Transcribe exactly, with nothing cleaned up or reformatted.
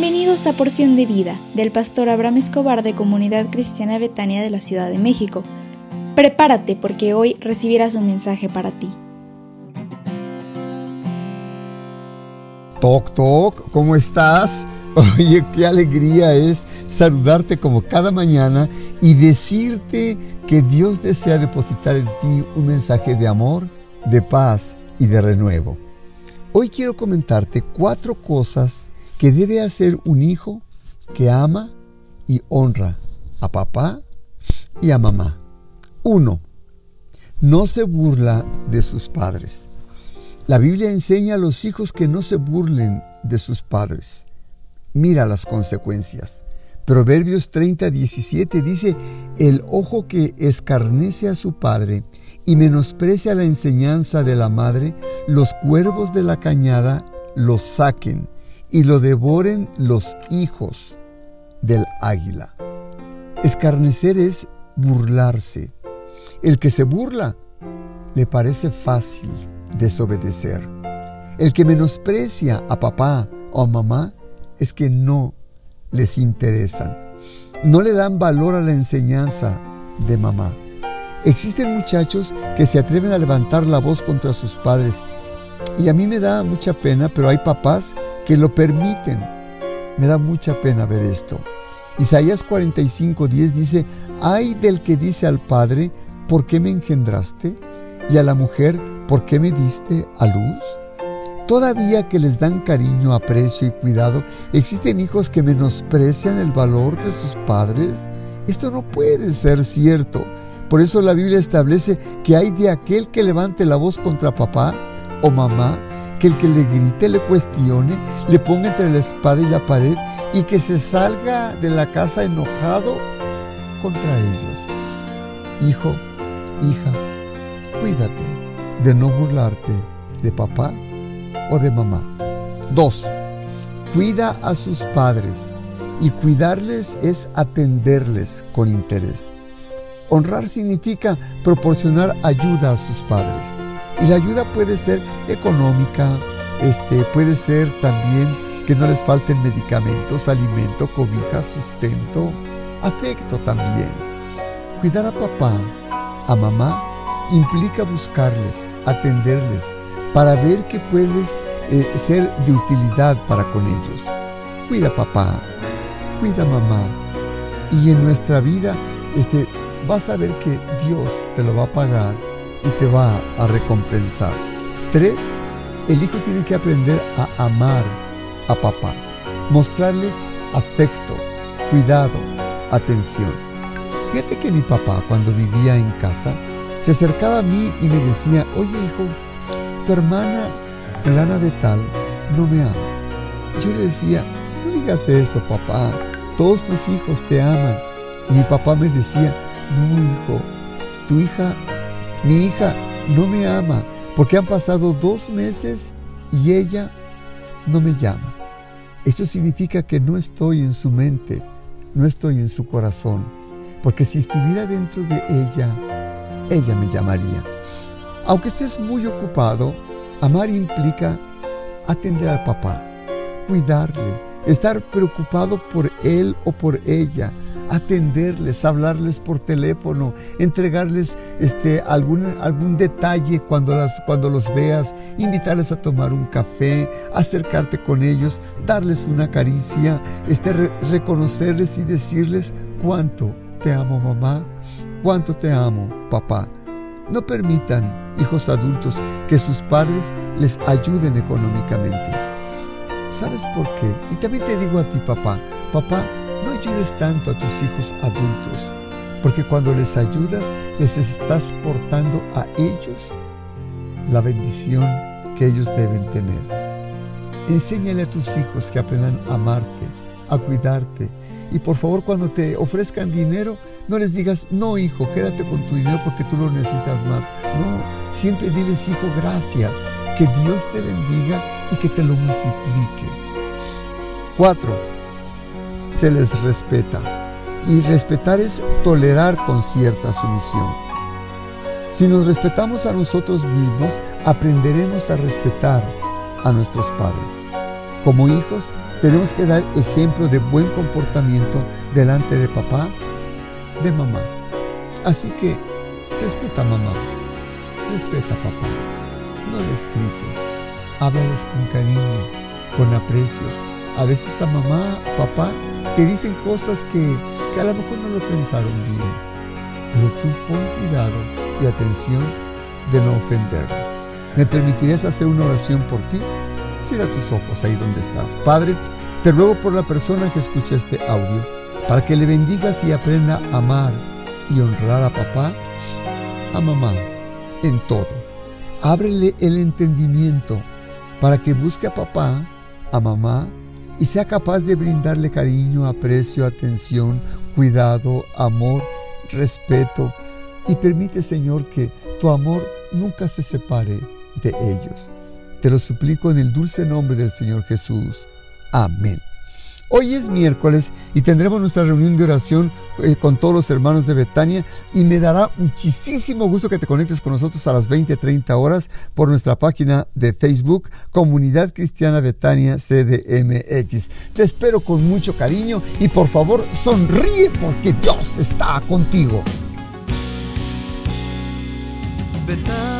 Bienvenidos a Porción de Vida, del pastor Abraham Escobar de Comunidad Cristiana Betania de la Ciudad de México. Prepárate porque hoy recibirás un mensaje para ti. Toc, toc, ¿cómo estás? Oye, qué alegría es saludarte como cada mañana y decirte que Dios desea depositar en ti un mensaje de amor, de paz y de renuevo. Hoy quiero comentarte cuatro cosas que debe hacer un hijo que ama y honra a papá y a mamá. Uno, no se burla de sus padres. La Biblia enseña a los hijos que no se burlen de sus padres. Mira las consecuencias. Proverbios treinta, diecisiete dice: el ojo que escarnece a su padre y menosprecia la enseñanza de la madre, los cuervos de la cañada lo saquen y lo devoren los hijos del águila. Escarnecer es burlarse. El que se burla le parece fácil desobedecer. El que menosprecia a papá o a mamá es que no les interesan. No le dan valor a la enseñanza de mamá. Existen muchachos que se atreven a levantar la voz contra sus padres y a mí me da mucha pena, pero hay papás que lo permiten. Me da mucha pena ver esto. Isaías cuarenta y cinco, diez dice: ay del que dice al padre, ¿por qué me engendraste? Y a la mujer, ¿por qué me diste a luz? Todavía que les dan cariño, aprecio y cuidado, existen hijos que menosprecian el valor de sus padres. Esto no puede ser cierto. Por eso la Biblia establece que hay de aquel que levante la voz contra papá o mamá, que el que le grite, le cuestione, le ponga entre la espada y la pared y que se salga de la casa enojado contra ellos. Hijo, hija, cuídate de no burlarte de papá o de mamá. Dos, cuida a sus padres, y cuidarles es atenderles con interés. Honrar significa proporcionar ayuda a sus padres. Y la ayuda puede ser económica, este, puede ser también que no les falten medicamentos, alimento, cobija, sustento, afecto también. Cuidar a papá, a mamá, implica buscarles, atenderles, para ver que puedes eh, ser de utilidad para con ellos. Cuida papá, cuida mamá, y en nuestra vida este, vas a ver que Dios te lo va a pagar y te va a recompensar. Tres, el hijo tiene que aprender a amar a papá, mostrarle afecto, cuidado, atención. Fíjate que mi papá, cuando vivía en casa, se acercaba a mí y me decía: oye hijo, tu hermana fulana de tal no me ama. Yo le decía: no digas eso, papá, todos tus hijos te aman. Y mi papá me decía: no, hijo, tu hija, mi hija no me ama porque han pasado dos meses y ella no me llama. Esto significa que no estoy en su mente, no estoy en su corazón, porque si estuviera dentro de ella, ella me llamaría. Aunque estés muy ocupado, amar implica atender al papá, cuidarle, estar preocupado por él o por ella, atenderles, hablarles por teléfono, entregarles este, algún, algún detalle cuando, las, cuando los veas, invitarles a tomar un café, acercarte con ellos, darles una caricia, este, re, reconocerles y decirles: cuánto te amo, mamá, cuánto te amo, papá. No permitan, hijos adultos, que sus padres les ayuden económicamente. ¿Sabes por qué? Y también te digo a ti, papá, papá, no ayudes tanto a tus hijos adultos, porque cuando les ayudas, les estás cortando a ellos la bendición que ellos deben tener. Enséñale a tus hijos que aprendan a amarte, a cuidarte. Y por favor, cuando te ofrezcan dinero, no les digas: no, hijo, quédate con tu dinero porque tú lo necesitas más. No, siempre diles: hijo, gracias, que Dios te bendiga y que te lo multiplique. Cuatro, se les respeta. Y respetar es tolerar con cierta sumisión. Si nos respetamos a nosotros mismos, aprenderemos a respetar a nuestros padres. Como hijos, tenemos que dar ejemplo de buen comportamiento delante de papá, de mamá. Así que respeta a mamá, respeta a papá, no les grites, háblales con cariño, con aprecio. A veces a mamá, papá, te dicen cosas que, que a lo mejor no lo pensaron bien, pero tú pon cuidado y atención de no ofenderlos. ¿Me permitirías hacer una oración por ti? Cierra tus ojos ahí donde estás. Padre, te ruego por la persona que escucha este audio, para que le bendigas y aprenda a amar y honrar a papá, a mamá, en todo. Ábrele el entendimiento para que busque a papá, a mamá, y sea capaz de brindarle cariño, aprecio, atención, cuidado, amor, respeto. Y permite, Señor, que tu amor nunca se separe de ellos. Te lo suplico en el dulce nombre del Señor Jesús. Amén. Hoy es miércoles y tendremos nuestra reunión de oración eh, con todos los hermanos de Betania, y me dará muchísimo gusto que te conectes con nosotros a las veinte treinta horas por nuestra página de Facebook, Comunidad Cristiana Betania C D M X. Te espero con mucho cariño y por favor sonríe, porque Dios está contigo. Betania.